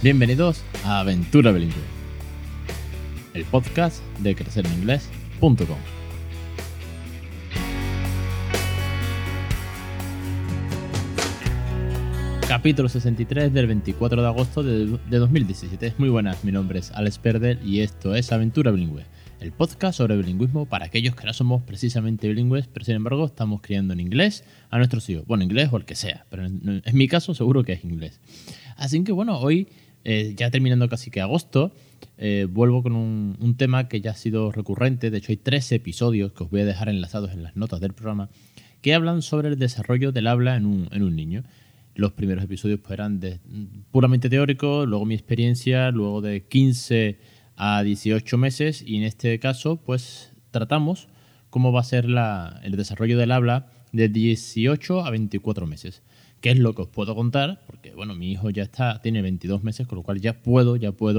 Bienvenidos a Aventura Bilingüe, el podcast de crecereninglés.com. Capítulo 63 del 24 de agosto de 2017. Muy buenas, mi nombre es Alex Perder y esto es Aventura Bilingüe, el podcast sobre bilingüismo para aquellos que no somos precisamente bilingües, pero sin embargo estamos criando en inglés a nuestros hijos. Bueno, inglés o el que sea, pero en mi caso seguro que es inglés. Así que bueno, hoy, ya terminando casi que agosto, vuelvo con un tema que ya ha sido recurrente. De hecho hay 3 episodios que os voy a dejar enlazados en las notas del programa que hablan sobre el desarrollo del habla en un niño. Los primeros episodios pues, eran puramente teóricos, luego mi experiencia, luego de 15 a 18 meses y en este caso pues tratamos cómo va a ser el desarrollo del habla de 18 a 24 meses. ¿Qué es lo que os puedo contar? Porque bueno, mi hijo ya tiene 22 meses, con lo cual ya puedo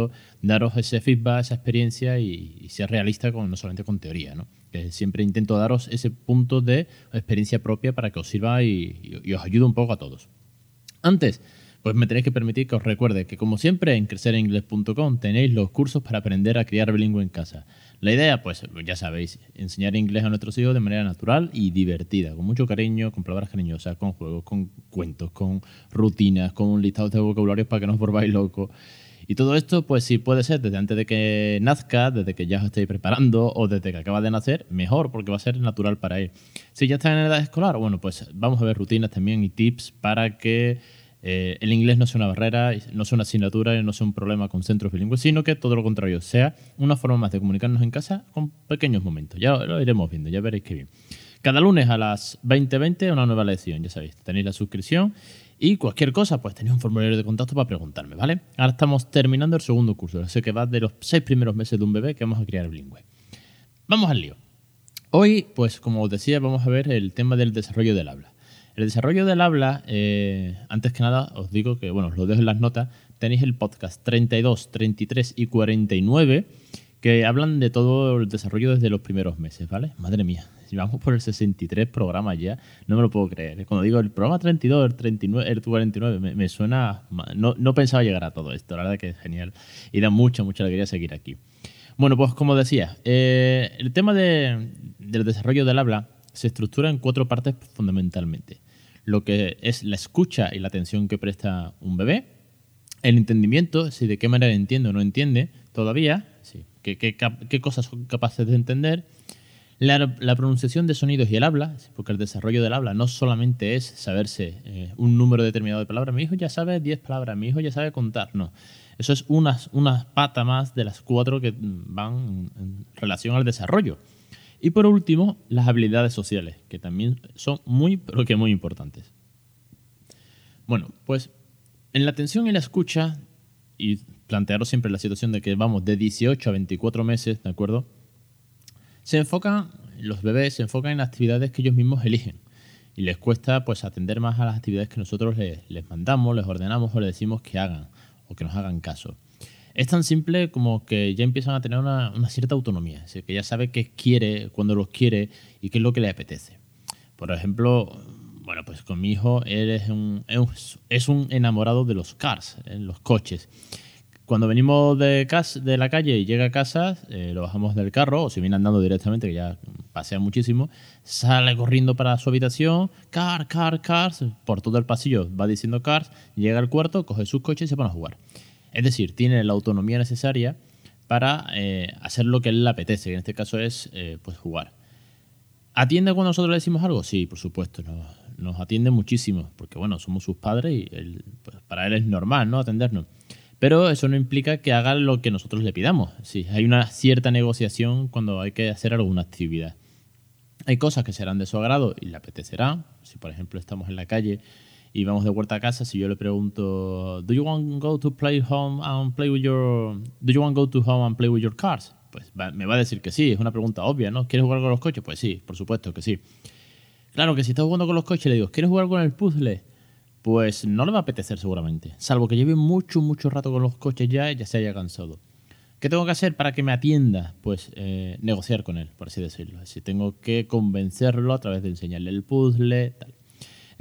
daros ese feedback, esa experiencia y ser realista no solamente con teoría, ¿no? Que siempre intento daros ese punto de experiencia propia para que os sirva y os ayude un poco a todos. Antes, pues me tenéis que permitir que os recuerde que, como siempre, en crecereninglés.com tenéis los cursos para aprender a criar bilingüe en casa. La idea, pues ya sabéis, enseñar inglés a nuestros hijos de manera natural y divertida, con mucho cariño, con palabras cariñosas, con juegos, con cuentos, con rutinas, con listados de vocabularios para que no os volváis locos. Y todo esto, pues sí puede ser desde antes de que nazca, desde que ya os estéis preparando o desde que acaba de nacer, mejor, porque va a ser natural para él. Si ya está en edad escolar, bueno, pues vamos a ver rutinas también y tips para que el inglés no sea una barrera, no sea una asignatura y no sea un problema con centros bilingües, sino que todo lo contrario, sea una forma más de comunicarnos en casa con pequeños momentos. Ya lo iremos viendo, ya veréis qué bien. Cada lunes a las 20:20 una nueva lección, ya sabéis, tenéis la suscripción. Y cualquier cosa, pues tenéis un formulario de contacto para preguntarme, ¿vale? Ahora estamos terminando el segundo curso, ese que va de los 6 primeros meses de un bebé que vamos a criar bilingüe. Vamos al lío. Hoy, pues como os decía, vamos a ver el tema del desarrollo del habla. El desarrollo del habla, antes que nada, os digo que, bueno, os lo dejo en las notas, tenéis el podcast 32, 33 y 49 que hablan de todo el desarrollo desde los primeros meses, ¿vale? Madre mía, si vamos por el 63 programas ya, no me lo puedo creer. Cuando digo el programa 32, el 39, el 49, me suena... No pensaba llegar a todo esto, la verdad que es genial. Y da mucha alegría seguir aquí. Bueno, pues como decía, el tema del desarrollo del habla se estructura en 4 partes fundamentalmente. Lo que es la escucha y la atención que presta un bebé, el entendimiento, si de qué manera entiende o no entiende todavía, sí, qué cosas son capaces de entender, la pronunciación de sonidos y el habla, porque el desarrollo del habla no solamente es saberse un número determinado de palabras. Mi hijo ya sabe 10 palabras, mi hijo ya sabe contar, no. Eso es una pata más de las 4 que van en relación al desarrollo. Y por último, las habilidades sociales, que también son muy importantes. Bueno, pues en la atención y la escucha, y plantearos siempre la situación de que vamos de 18 a 24 meses, ¿de acuerdo? Los bebés se enfocan en actividades que ellos mismos eligen y les cuesta pues atender más a las actividades que nosotros les mandamos, les ordenamos o les decimos que hagan o que nos hagan caso. Es tan simple como que ya empiezan a tener una cierta autonomía, es decir, que ya sabe qué quiere, cuándo los quiere y qué es lo que le apetece. Por ejemplo, bueno, pues con mi hijo, él es un enamorado de los cars, los coches. Cuando venimos de la calle y llega a casa, lo bajamos del carro, o si viene andando directamente, que ya pasea muchísimo, sale corriendo para su habitación, cars, por todo el pasillo va diciendo cars, llega al cuarto, coge sus coches y se pone a jugar. Es decir, tiene la autonomía necesaria para hacer lo que él le apetece, que en este caso es pues jugar. ¿Atiende cuando nosotros le decimos algo? Sí, por supuesto, nos atiende muchísimo, porque bueno, somos sus padres y pues, para él es normal, ¿no?, atendernos. Pero eso no implica que haga lo que nosotros le pidamos. Sí, hay una cierta negociación cuando hay que hacer alguna actividad. Hay cosas que serán de su agrado y le apetecerá. Si, por ejemplo, estamos en la calle y vamos de vuelta a casa, si yo le pregunto, ¿Do you want to go to home and play with your cars? Pues me va a decir que sí, es una pregunta obvia, ¿no? ¿Quieres jugar con los coches? Pues sí, por supuesto que sí. Claro que si está jugando con los coches le digo, ¿quieres jugar con el puzzle? Pues no le va a apetecer seguramente, salvo que lleve mucho rato con los coches ya se haya cansado. ¿Qué tengo que hacer para que me atienda? Pues negociar con él, por así decirlo. Si tengo que convencerlo a través de enseñarle el puzzle, tal. Es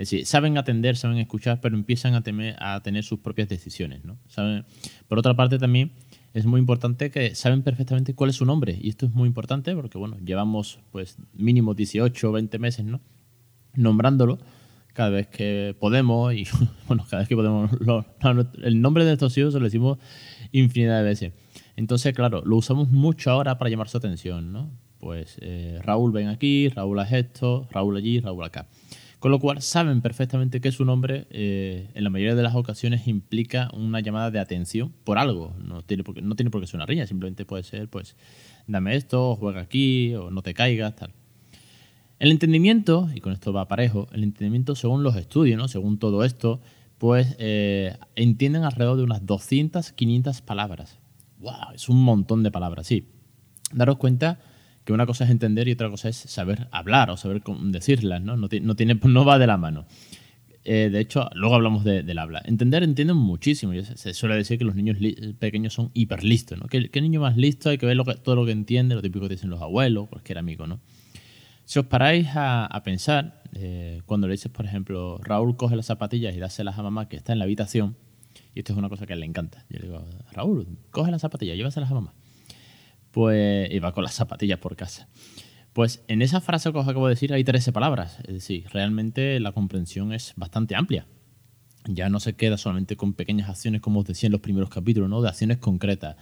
Es decir, saben atender, saben escuchar, pero empiezan a tener sus propias decisiones, ¿no? Por otra parte, también es muy importante que saben perfectamente cuál es su nombre. Y esto es muy importante porque, bueno, llevamos pues mínimo 18 o 20 meses, ¿no? Nombrándolo cada vez que podemos. Y, bueno, cada vez que podemos, el nombre de nuestros hijos se lo decimos infinidad de veces. Entonces, claro, lo usamos mucho ahora para llamar su atención, ¿no? Pues Raúl ven aquí, Raúl haz esto, Raúl allí, Raúl acá. Con lo cual saben perfectamente que su nombre en la mayoría de las ocasiones implica una llamada de atención por algo. No tiene por qué ser una riña, simplemente puede ser, pues, dame esto, juega aquí, o no te caigas, tal. El entendimiento, y con esto va parejo, el entendimiento según los estudios, ¿no? Según todo esto, pues entienden alrededor de unas 200, 500 palabras. ¡Wow! Es un montón de palabras, sí. Daros cuenta que una cosa es entender y otra cosa es saber hablar o saber cómo decirlas, ¿no? No va de la mano. De hecho, luego hablamos del habla. Entienden muchísimo. Se suele decir que los niños pequeños son hiperlistos, ¿no? ¿Qué niño más listo? Hay que ver todo lo que entiende, lo típico que dicen los abuelos, cualquier amigo, ¿no? Si os paráis a pensar, cuando le dices, por ejemplo, Raúl coge las zapatillas y dáselas a mamá que está en la habitación, y esto es una cosa que a él le encanta. Yo le digo, Raúl, coge las zapatillas, llévaselas a mamá. Pues iba con las zapatillas por casa. Pues en esa frase que os acabo de decir hay 13 palabras. Es decir, realmente la comprensión es bastante amplia. Ya no se queda solamente con pequeñas acciones, como os decía en los primeros capítulos, ¿no? De acciones concretas.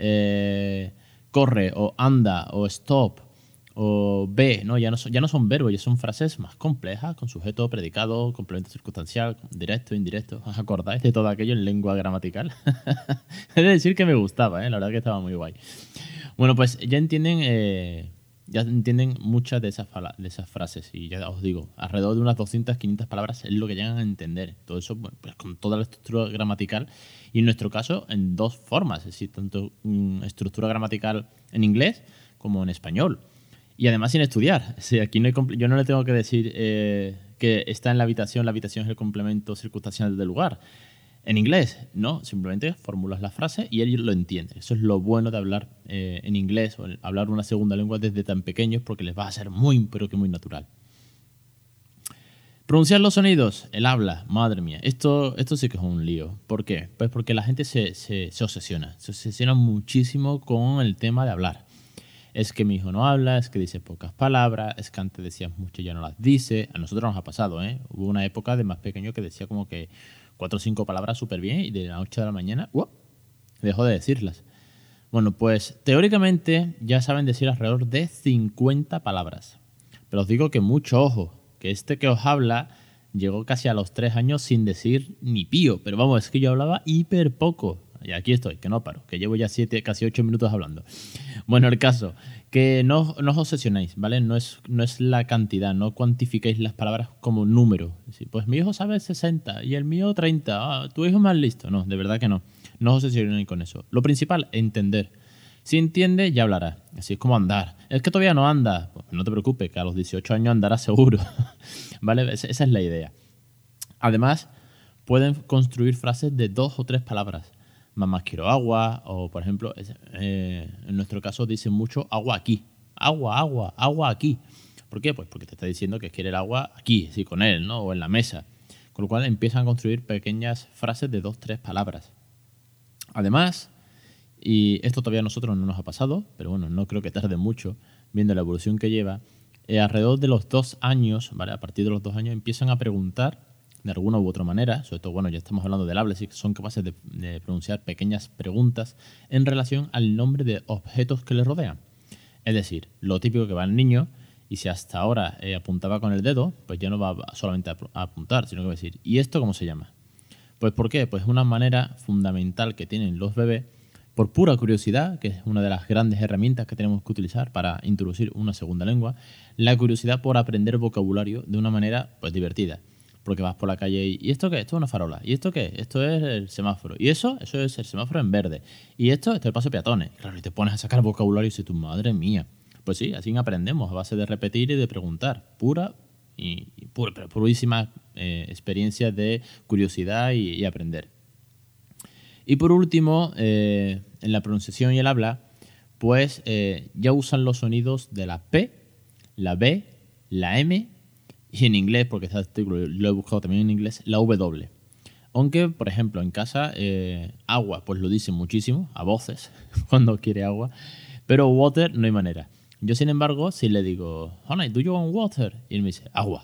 Corre, o anda, o stop, o ve, ¿no? Ya no son verbos, ya son frases más complejas, con sujeto, predicado, complemento circunstancial, directo, indirecto. ¿Os acordáis de todo aquello en lengua gramatical? He de decir que me gustaba, la verdad que estaba muy guay. Bueno, pues ya entienden muchas de esas frases. Y ya os digo, alrededor de unas 200, 500 palabras es lo que llegan a entender. Todo eso, bueno, pues con toda la estructura gramatical. Y en nuestro caso, en dos formas. Es decir, tanto estructura gramatical en inglés como en español. Y además sin estudiar. O sea, aquí yo no le tengo que decir que está en la habitación es el complemento circunstancial del lugar. En inglés, no, simplemente formulas la frase y él lo entiende. Eso es lo bueno de hablar en inglés o hablar una segunda lengua desde tan pequeños, porque les va a ser muy, pero que muy natural. Pronunciar los sonidos, el habla, madre mía, esto sí que es un lío. ¿Por qué? Pues porque la gente se obsesiona muchísimo con el tema de hablar. Es que mi hijo no habla, es que dice pocas palabras, es que antes decías mucho y ya no las dice. A nosotros nos ha pasado, ¿eh? Hubo una época de más pequeño que decía como que 4 o 5 palabras súper bien y de la noche a la mañana dejó de decirlas. Bueno, pues teóricamente ya saben decir alrededor de 50 palabras. Pero os digo que mucho ojo, que este que os habla llegó casi a los 3 años sin decir ni pío. Pero vamos, es que yo hablaba hiper poco. Y aquí estoy, que no paro, que llevo ya 7, casi 8 minutos hablando. Bueno, el caso, que no os obsesionéis, ¿vale? No es la cantidad, no cuantifiquéis las palabras como número. Pues mi hijo sabe 60 y el mío 30, tu hijo es más listo. No, de verdad que no. No os obsesionéis con eso. Lo principal, entender. Si entiende, ya hablará. Así es como andar. Es que todavía no anda. Pues no te preocupes, que a los 18 años andará seguro. ¿Vale? Esa es la idea. Además, pueden construir frases de 2 o 3 palabras. Mamá, quiero agua, o por ejemplo, en nuestro caso dicen mucho agua aquí. Agua aquí. ¿Por qué? Pues porque te está diciendo que quiere el agua aquí, sí, con él, ¿no? O en la mesa. Con lo cual empiezan a construir pequeñas frases de 2 o 3 palabras. Además, y esto todavía a nosotros no nos ha pasado, pero bueno, no creo que tarde mucho, viendo la evolución que lleva, alrededor de los 2 años, ¿vale? A partir de los 2 años empiezan a preguntar de alguna u otra manera, sobre todo, bueno, ya estamos hablando del habla, así que son capaces de pronunciar pequeñas preguntas en relación al nombre de objetos que les rodean. Es decir, lo típico que va el niño, y si hasta ahora apuntaba con el dedo, pues ya no va solamente a apuntar, sino que va a decir, ¿y esto cómo se llama? Pues ¿por qué? Pues una manera fundamental que tienen los bebés, por pura curiosidad, que es una de las grandes herramientas que tenemos que utilizar para introducir una segunda lengua, la curiosidad por aprender vocabulario de una manera pues divertida. Porque vas por la calle y ¿esto qué? Esto es una farola. ¿Y esto qué? Esto es el semáforo. ¿Y eso? Eso es el semáforo en verde. ¿Y esto? Esto es el paso de peatones. Claro, y te pones a sacar vocabulario y dices, tu madre mía. Pues sí, así aprendemos, a base de repetir y de preguntar. Pero purísima experiencia de curiosidad y aprender. Y por último, en la pronunciación y el habla, pues ya usan los sonidos de la P, la B, la M Y en inglés, porque este artículo lo he buscado también en inglés, la W. Aunque, por ejemplo, en casa, agua, pues lo dicen muchísimo, a voces, cuando quiere agua. Pero water no hay manera. Yo, sin embargo, si le digo, honey, do you want water? Y él me dice, agua.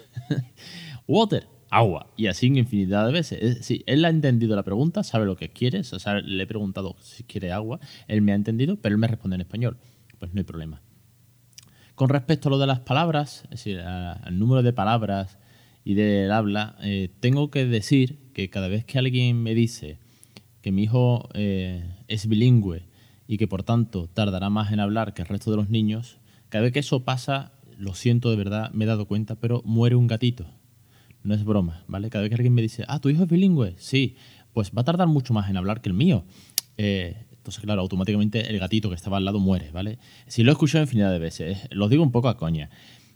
Water, agua. Y así en infinidad de veces. Es decir, él ha entendido la pregunta, sabe lo que quiere. O sea, le he preguntado si quiere agua. Él me ha entendido, pero él me responde en español. Pues no hay problema. Con respecto a lo de las palabras, es decir, al número de palabras y del habla, tengo que decir que cada vez que alguien me dice que mi hijo es bilingüe y que por tanto tardará más en hablar que el resto de los niños, cada vez que eso pasa, lo siento de verdad, me he dado cuenta, pero muere un gatito. No es broma, ¿vale? Cada vez que alguien me dice, ¿tu hijo es bilingüe? Sí, pues va a tardar mucho más en hablar que el mío. Entonces, claro, automáticamente el gatito que estaba al lado muere, ¿vale? Si lo he escuchado infinidad de veces, lo digo un poco a coña.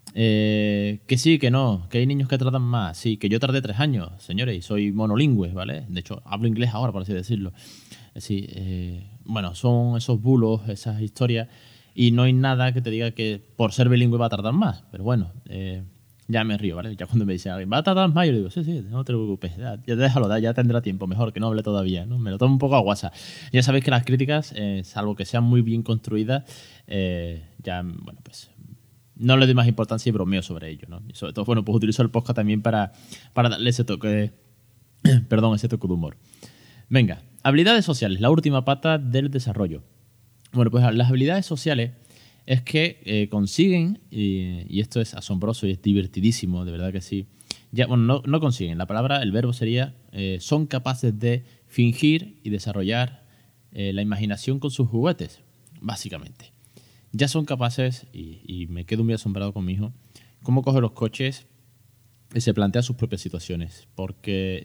Que sí, que no, que hay niños que tratan más. Sí, que yo tardé 3 años, señores, y soy monolingüe, ¿vale? De hecho, hablo inglés ahora, por así decirlo. Sí, bueno, son esos bulos, esas historias, y no hay nada que te diga que por ser bilingüe va a tardar más. Pero bueno, ya me río, ¿vale? Ya cuando me dicen alguien, ¿va a tardar más? Yo digo, sí, no te preocupes, ya déjalo, ya tendrá tiempo, mejor que no hable todavía, ¿no? Me lo tomo un poco a WhatsApp. Ya sabéis que las críticas, salvo que sean muy bien construidas, ya, bueno, pues no le doy más importancia y bromeo sobre ello, ¿no? Y sobre todo, bueno, pues utilizo el podcast también para darle ese toque, perdón, ese toque de humor. Venga, habilidades sociales, la última pata del desarrollo. Bueno, pues las habilidades sociales es que consiguen, y esto es asombroso y es divertidísimo, de verdad que sí. Ya, bueno, no consiguen, la palabra, el verbo sería, son capaces de fingir y desarrollar la imaginación con sus juguetes, básicamente. Ya son capaces, y me quedo muy asombrado con mi hijo, cómo coge los coches y se plantea sus propias situaciones, porque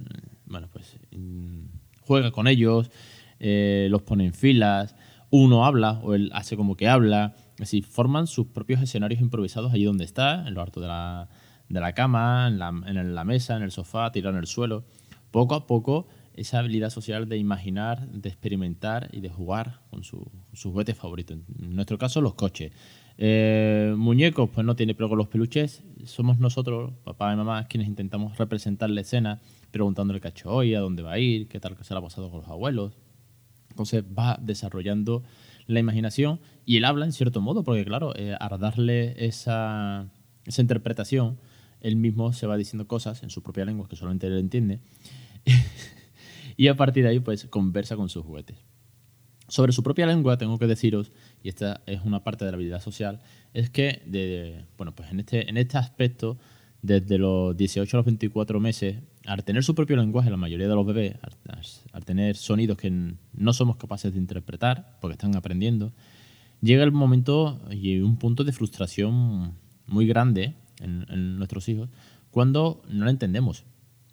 juega con ellos, los pone en filas, uno habla o él hace como que habla, es decir, forman sus propios escenarios improvisados allí donde está, en lo alto de la cama, en la mesa, en el sofá, tirado en el suelo. Poco a poco, esa habilidad social de imaginar, de experimentar y de jugar con su juguete favorito. En nuestro caso, los coches. Muñecos, pues no tiene, pero con los peluches somos nosotros, papá y mamá, quienes intentamos representar la escena, preguntándole qué ha hecho hoy, a dónde va a ir, qué tal que se le ha pasado con los abuelos. Entonces va desarrollando la imaginación y él habla en cierto modo, porque claro, al darle esa interpretación, él mismo se va diciendo cosas en su propia lengua que solamente él entiende y a partir de ahí pues conversa con sus juguetes. Sobre su propia lengua tengo que deciros, y esta es una parte de la habilidad social, es que pues en este aspecto, desde los 18 a los 24 meses, al tener su propio lenguaje, la mayoría de los bebés, al tener sonidos que no somos capaces de interpretar, porque están aprendiendo, llega el momento y un punto de frustración muy grande en nuestros hijos cuando no la entendemos.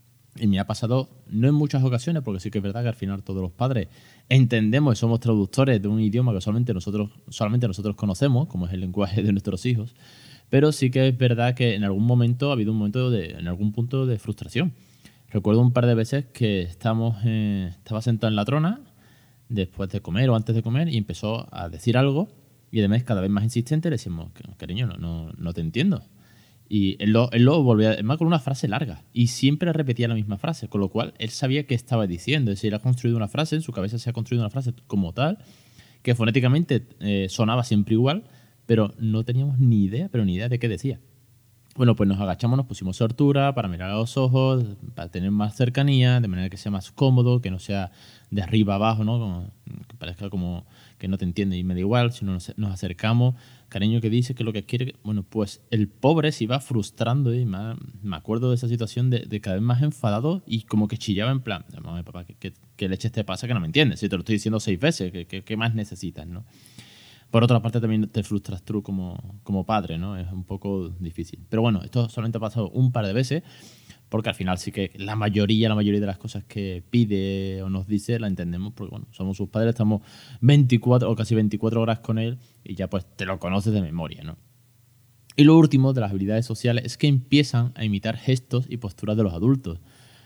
Y me ha pasado, no en muchas ocasiones, porque sí que es verdad que al final todos los padres entendemos y somos traductores de un idioma que solamente nosotros conocemos, como es el lenguaje de nuestros hijos, pero sí que es verdad que en algún momento ha habido un momento en algún punto de frustración. Recuerdo un par de veces que estaba sentado en la trona después de comer o antes de comer y empezó a decir algo y además cada vez más insistente le decimos, cariño, no te entiendo. Y él lo volvía, además con una frase larga, y siempre repetía la misma frase, con lo cual él sabía qué estaba diciendo. Es decir, él ha construido una frase, en su cabeza se ha construido una frase como tal, que fonéticamente sonaba siempre igual, pero no teníamos ni idea de qué decía. Bueno, pues nos agachamos, nos pusimos su altura para mirar a los ojos, para tener más cercanía, de manera que sea más cómodo, que no sea de arriba abajo, ¿no? Que parezca como que no te entiende y me da igual, si no nos acercamos, cariño, ¿qué dice? ¿Qué es lo que quiere? Bueno, pues el pobre se iba frustrando y me acuerdo de esa situación de cada vez más enfadado y como que chillaba en plan, mamá, papá, ¿qué leche te pasa que no me entiendes? Si te lo estoy diciendo 6 veces, ¿qué más necesitas, no? Por otra parte, también te frustras tú como padre, ¿no? Es un poco difícil. Pero bueno, esto solamente ha pasado un par de veces, porque al final sí que la mayoría de las cosas que pide o nos dice la entendemos, porque bueno, somos sus padres, estamos 24 o casi 24 horas con él y ya pues te lo conoces de memoria, ¿no? Y lo último de las habilidades sociales es que empiezan a imitar gestos y posturas de los adultos.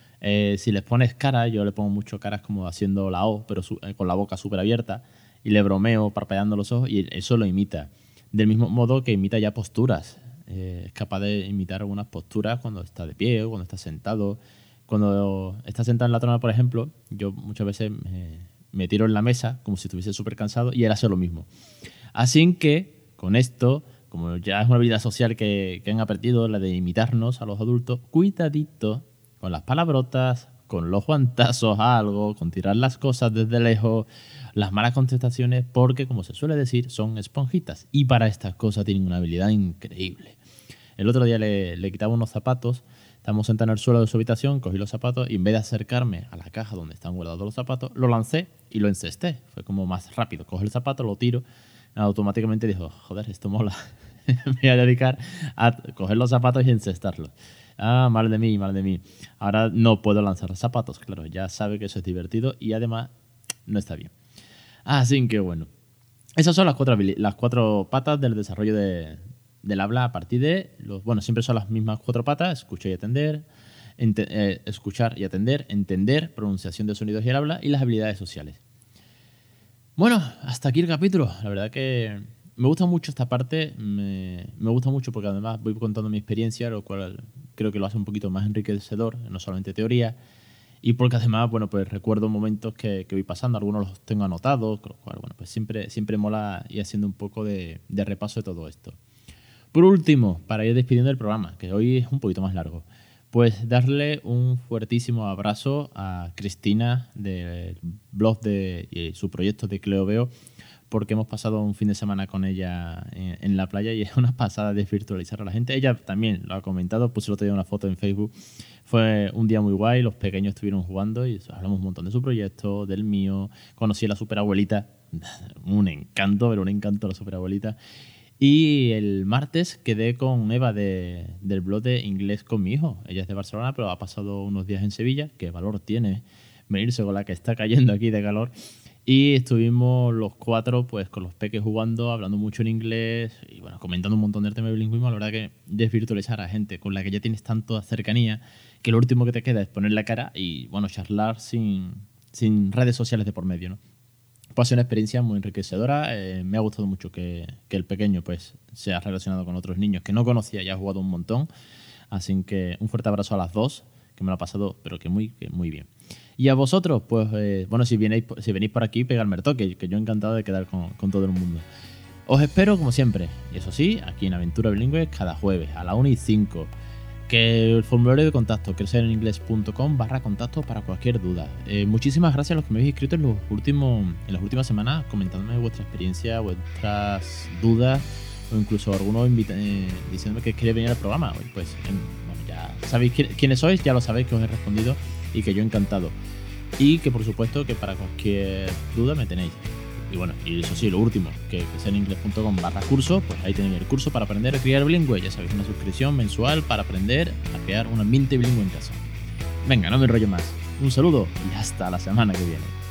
Si les pones cara, yo le pongo mucho caras como haciendo la O, pero con la boca súper abierta, y le bromeo parpadeando los ojos y eso lo imita. Del mismo modo que imita ya posturas. es capaz de imitar algunas posturas cuando está de pie o cuando está sentado. Cuando está sentado en la trona, por ejemplo, yo muchas veces me tiro en la mesa como si estuviese súper cansado y él hace lo mismo. Así que con esto, como ya es una habilidad social que han aprendido, la de imitarnos a los adultos, cuidadito con las palabrotas, con los guantazos a algo, con tirar las cosas desde lejos, las malas contestaciones, porque, como se suele decir, son esponjitas. Y para estas cosas tienen una habilidad increíble. El otro día le quitaba unos zapatos, estábamos sentados en el suelo de su habitación, cogí los zapatos y en vez de acercarme a la caja donde están guardados los zapatos, lo lancé y lo encesté. Fue como más rápido. Cojo el zapato, lo tiro, automáticamente dijo, joder, esto mola. Me voy a dedicar a coger los zapatos y encestarlos. Mal de mí, mal de mí. Ahora no puedo lanzar zapatos, claro, ya sabe que eso es divertido y además no está bien. Así que bueno, esas son las cuatro patas del desarrollo del habla a partir de siempre son las mismas 4 patas: escuchar y atender, entender, pronunciación de sonidos y el habla y las habilidades sociales. Bueno, hasta aquí el capítulo. La verdad que me gusta mucho esta parte, me gusta mucho porque además voy contando mi experiencia, lo cual creo que lo hace un poquito más enriquecedor, no solamente teoría, y porque además, pues recuerdo momentos que voy pasando, algunos los tengo anotados, con lo cual, pues siempre mola ir haciendo un poco de repaso de todo esto. Por último, para ir despidiendo el programa, que hoy es un poquito más largo, pues darle un fuertísimo abrazo a Cristina del blog y su proyecto de Cleoveo, porque hemos pasado un fin de semana con ella en la playa y es una pasada desvirtualizar a la gente. Ella también lo ha comentado, puse el otro día una foto en Facebook. Fue un día muy guay, los pequeños estuvieron jugando y hablamos un montón de su proyecto, del mío. Conocí a la superabuelita, un encanto la superabuelita. Y el martes quedé con Eva del blog de Inglés con mi hijo. Ella es de Barcelona, pero ha pasado unos días en Sevilla. Qué valor tiene venirse con la que está cayendo aquí de calor. Y estuvimos los 4 pues con los peques jugando, hablando mucho en inglés y bueno, comentando un montón del tema de bilingüismo. La verdad que desvirtualizar a gente con la que ya tienes tanta cercanía que lo último que te queda es poner la cara y bueno, charlar sin redes sociales de por medio, ¿no? Pues ha sido una experiencia muy enriquecedora. Me ha gustado mucho que el pequeño pues se ha relacionado con otros niños que no conocía y ha jugado un montón. Así que un fuerte abrazo a las 2, que me lo ha pasado pero que muy bien. Y a vosotros, pues si venís por aquí, pegadme el toque, que yo encantado de quedar con todo el mundo. Os espero como siempre, y eso sí, aquí en Aventura Bilingüe cada jueves a las 1:05. Que el formulario de contacto, crecereningles.com/contacto para cualquier duda. Muchísimas gracias a los que me habéis escrito en las últimas semanas comentándome vuestra experiencia, vuestras dudas o incluso algunos diciéndome que queréis venir al programa. Pues ya sabéis quiénes sois, ya lo sabéis que os he respondido y que yo encantado. Y que por supuesto que para cualquier duda me tenéis. Y bueno, y eso sí, lo último, que crecereningles.com/curso, pues ahí tenéis el curso para aprender a criar bilingüe. Ya sabéis, una suscripción mensual para aprender a crear un ambiente bilingüe en casa. Venga, no me enrollo más. Un saludo y hasta la semana que viene.